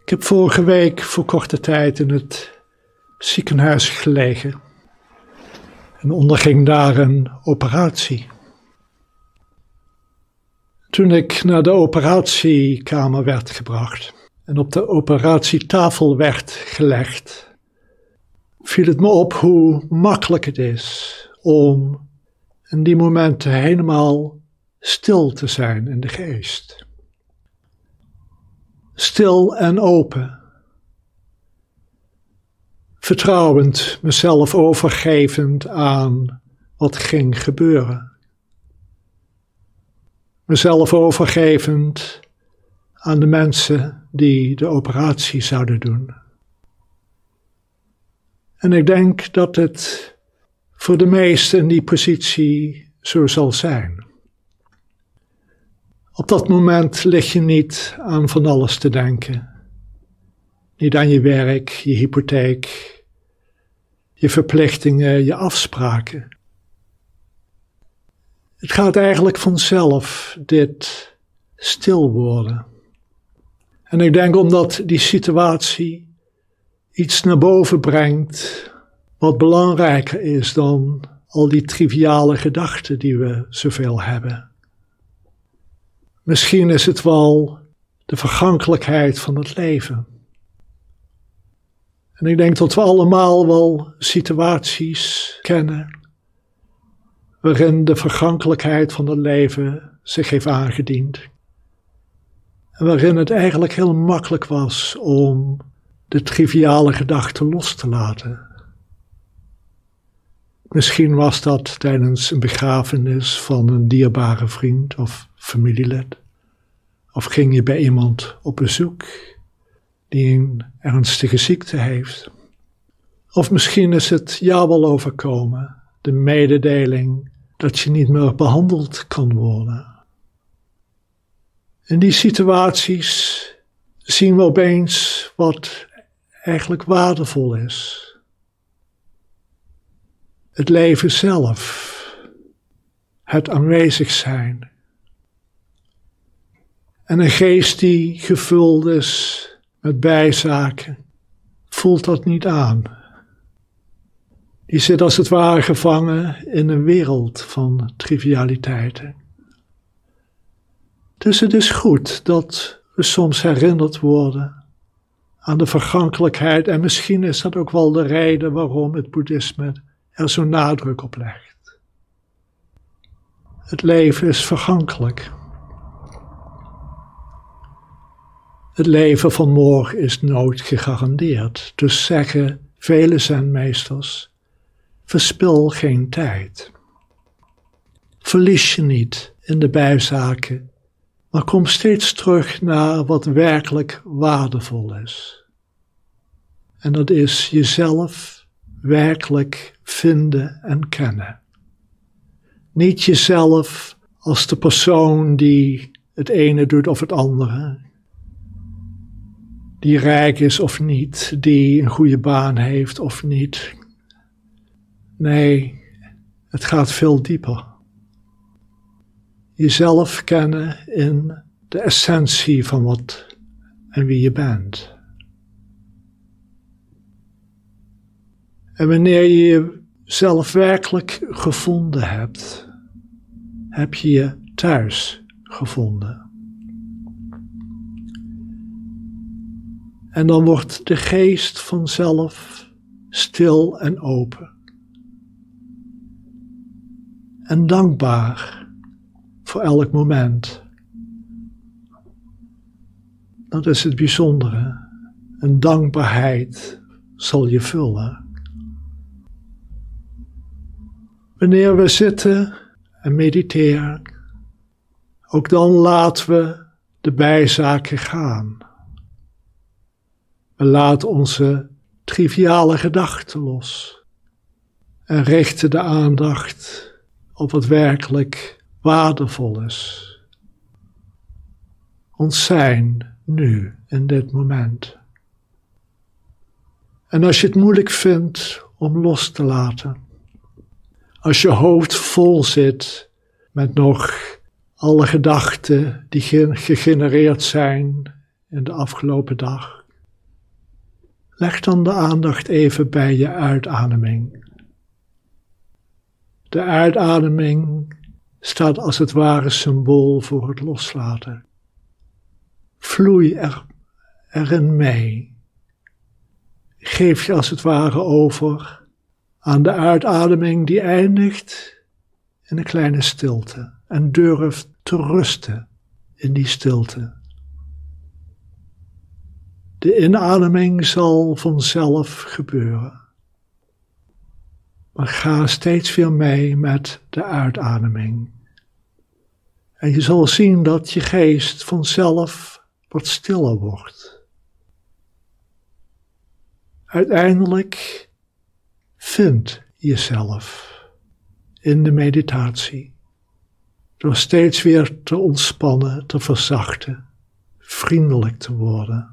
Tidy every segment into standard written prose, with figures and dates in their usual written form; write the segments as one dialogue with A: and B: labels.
A: Ik heb vorige week voor korte tijd in het ziekenhuis gelegen en onderging daar een operatie. Toen ik naar de operatiekamer werd gebracht en op de operatietafel werd gelegd, viel het me op hoe makkelijk het is om in die momenten helemaal stil te zijn in de geest. Stil en open. Vertrouwend, mezelf overgevend aan wat ging gebeuren. Mezelf overgevend aan de mensen die de operatie zouden doen. En ik denk dat het voor de meesten in die positie zo zal zijn. Op dat moment lig je niet aan van alles te denken. Niet aan je werk, je hypotheek, je verplichtingen, je afspraken. Het gaat eigenlijk vanzelf, dit stil worden. En ik denk omdat die situatie iets naar boven brengt wat belangrijker is dan al die triviale gedachten die we zoveel hebben. Misschien is het wel de vergankelijkheid van het leven. En ik denk dat we allemaal wel situaties kennen waarin de vergankelijkheid van het leven zich heeft aangediend. En waarin het eigenlijk heel makkelijk was om de triviale gedachten los te laten. Misschien was dat tijdens een begrafenis van een dierbare vriend of familielid. Of ging je bij iemand op bezoek die een ernstige ziekte heeft. Of misschien is het jou wel overkomen, de mededeling dat je niet meer behandeld kan worden. In die situaties zien we opeens wat eigenlijk waardevol is. Het leven zelf, het aanwezig zijn. En een geest die gevuld is met bijzaken, voelt dat niet aan. Die zit als het ware gevangen in een wereld van trivialiteiten. Dus het is goed dat we soms herinnerd worden aan de vergankelijkheid en misschien is dat ook wel de reden waarom het boeddhisme er zo'n nadruk op legt. Het leven is vergankelijk. Het leven van morgen is nooit gegarandeerd. Dus zeggen vele zenmeesters, verspil geen tijd. Verlies je niet in de bijzaken, maar kom steeds terug naar wat werkelijk waardevol is. En dat is jezelf werkelijk vinden en kennen. Niet jezelf als de persoon die het ene doet of het andere. Die rijk is of niet, die een goede baan heeft of niet. Nee, het gaat veel dieper. Jezelf kennen in de essentie van wat en wie je bent. En wanneer je jezelf werkelijk gevonden hebt, heb je je thuis gevonden. En dan wordt de geest vanzelf stil en open. En dankbaar voor elk moment. Dat is het bijzondere. Een dankbaarheid zal je vullen. Wanneer we zitten en mediteren, ook dan laten we de bijzaken gaan. We laten onze triviale gedachten los en richten de aandacht op wat werkelijk waardevol is. Ons zijn nu, in dit moment. En als je het moeilijk vindt om los te laten, als je hoofd vol zit met nog alle gedachten die gegenereerd zijn in de afgelopen dag, Leg dan de aandacht even bij je uitademing. De uitademing staat als het ware symbool voor het loslaten. Vloei erin mee. Geef je als het ware over aan de uitademing die eindigt in een kleine stilte. En durf te rusten in die stilte. De inademing zal vanzelf gebeuren. Maar ga steeds weer mee met de uitademing. En je zal zien dat je geest vanzelf wat stiller wordt. Uiteindelijk vind jezelf in de meditatie. Door steeds weer te ontspannen, te verzachten, vriendelijk te worden.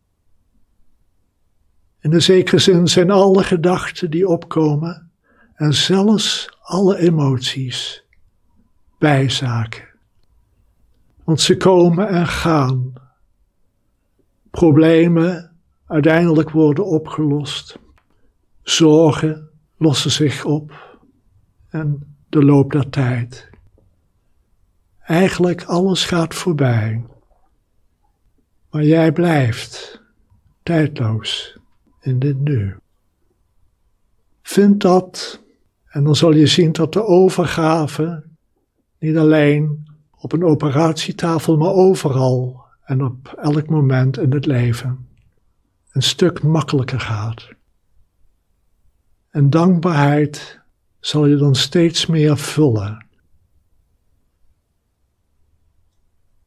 A: In een zekere zin zijn alle gedachten die opkomen en zelfs alle emoties bijzaken. Want ze komen en gaan. Problemen uiteindelijk worden opgelost. Zorgen lossen zich op en de loop der tijd. Eigenlijk alles gaat voorbij. Maar jij blijft tijdloos in dit nu. Vind dat en dan zal je zien dat de overgave niet alleen op een operatietafel, maar overal en op elk moment in het leven een stuk makkelijker gaat. En dankbaarheid zal je dan steeds meer vullen.